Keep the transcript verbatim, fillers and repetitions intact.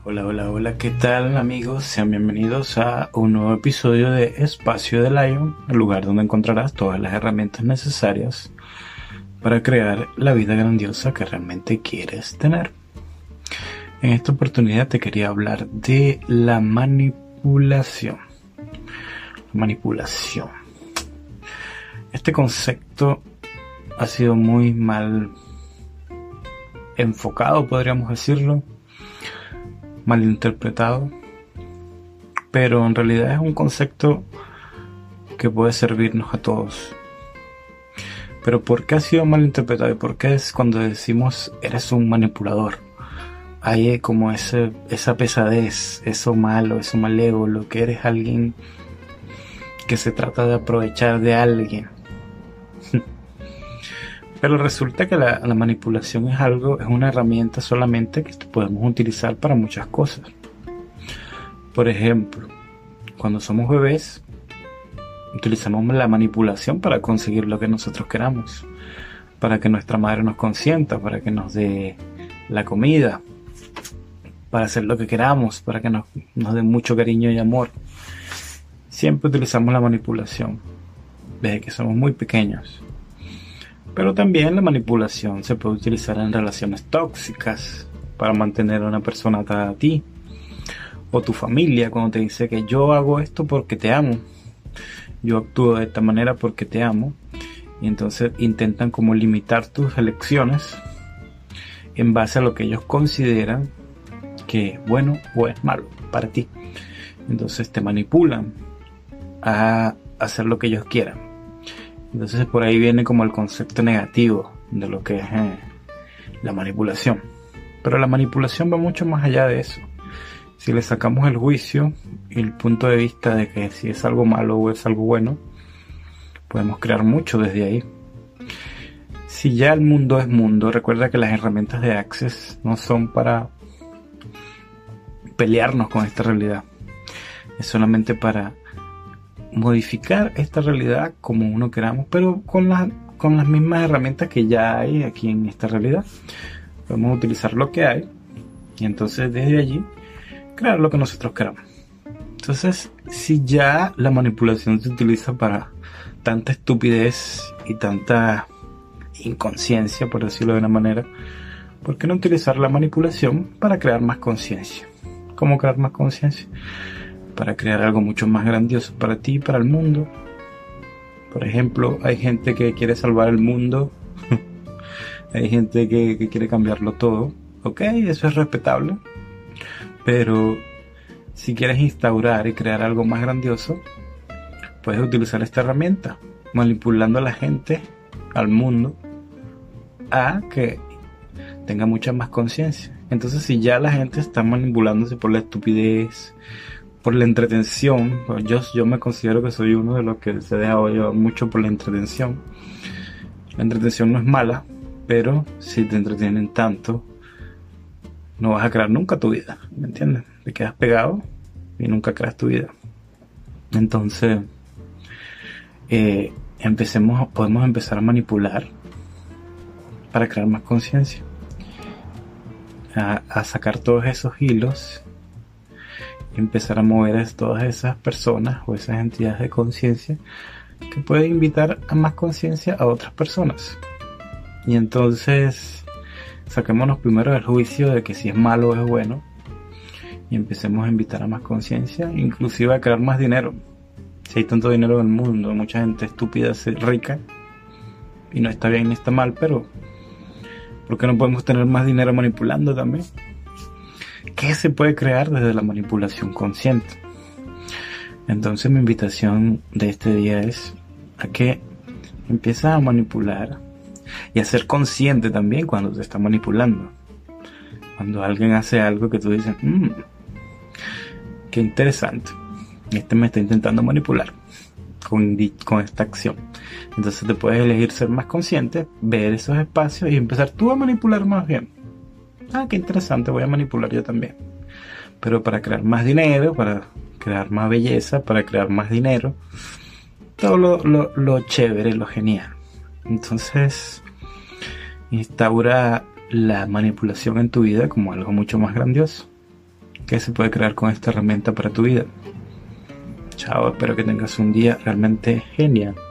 Hola, hola, hola, ¿qué tal amigos? Sean bienvenidos a un nuevo episodio de Espacio de Lion, el lugar donde encontrarás todas las herramientas necesarias para crear la vida grandiosa que realmente quieres tener. En esta oportunidad te quería hablar de la manipulación. Manipulación. Este concepto ha sido muy mal enfocado, podríamos decirlo, mal interpretado, pero en realidad es un concepto que puede servirnos a todos. Pero ¿por qué ha sido mal interpretado y por qué es cuando decimos eres un manipulador? Hay como ese, esa pesadez, eso malo, eso malévolo, que eres alguien que se trata de aprovechar de alguien. Pero resulta que la, la manipulación es algo, es una herramienta solamente que podemos utilizar para muchas cosas. Por ejemplo, cuando somos bebés, utilizamos la manipulación para conseguir lo que nosotros queramos, para que nuestra madre nos consienta, para que nos dé la comida, para hacer lo que queramos, para que nos, nos dé mucho cariño y amor. Siempre utilizamos la manipulación desde que somos muy pequeños. Pero también la manipulación se puede utilizar en relaciones tóxicas para mantener a una persona atada a ti. O tu familia cuando te dice que yo hago esto porque te amo. Yo actúo de esta manera porque te amo. Y entonces intentan como limitar tus elecciones en base a lo que ellos consideran que es bueno o es malo para ti. Entonces te manipulan a hacer lo que ellos quieran. Entonces por ahí viene como el concepto negativo de lo que es eh, la manipulación. Pero la manipulación va mucho más allá de eso. Si le sacamos el juicio y el punto de vista de que si es algo malo o es algo bueno, podemos crear mucho desde ahí. Si ya el mundo es mundo, recuerda que las herramientas de Access no son para pelearnos con esta realidad. Es solamente para modificar esta realidad como uno queramos, pero con, la, con las mismas herramientas que ya hay aquí en esta realidad. Podemos utilizar lo que hay y entonces desde allí crear lo que nosotros queramos. Entonces, si ya la manipulación se utiliza para tanta estupidez y tanta inconsciencia, por decirlo de una manera, ¿por qué no utilizar la manipulación para crear más conciencia? ¿Cómo crear más conciencia? Para crear algo mucho más grandioso para ti y para el mundo. Por ejemplo, hay gente que quiere salvar el mundo. Hay gente que, que quiere cambiarlo todo. Ok, eso es respetable. Pero si quieres instaurar y crear algo más grandioso, puedes utilizar esta herramienta, manipulando a la gente, al mundo, a que tenga mucha más conciencia. Entonces, si ya la gente está manipulándose por la estupidez, por la entretención, pues yo, yo me considero que soy uno de los que se deja llevar mucho por la entretención. La entretención no es mala, pero si te entretienen tanto, no vas a crear nunca tu vida, ¿me entiendes? Te quedas pegado y nunca creas tu vida. Entonces, eh, empecemos, podemos empezar a manipular para crear más conciencia, a, a sacar todos esos hilos, empezar a mover a todas esas personas o esas entidades de conciencia que pueden invitar a más conciencia a otras personas. Y entonces saquémonos primero del juicio de que si es malo o es bueno y empecemos a invitar a más conciencia, inclusive a crear más dinero. Si hay tanto dinero en el mundo, mucha gente estúpida se rica y no está bien ni está mal, pero ¿por qué no podemos tener más dinero manipulando también? ¿Qué se puede crear desde la manipulación consciente? Entonces mi invitación de este día es a que empieces a manipular y a ser consciente también cuando te está manipulando. Cuando alguien hace algo que tú dices, mmm, qué interesante, este me está intentando manipular con, con esta acción. Entonces te puedes elegir ser más consciente, ver esos espacios y empezar tú a manipular más bien. Ah, qué interesante, voy a manipular yo también. Pero para crear más dinero, para crear más belleza, para crear más dinero, todo lo, lo, lo chévere, lo genial. Entonces, instaura la manipulación en tu vida como algo mucho más grandioso. que se puede crear con esta herramienta para tu vida. Chao, espero que tengas un día realmente genial.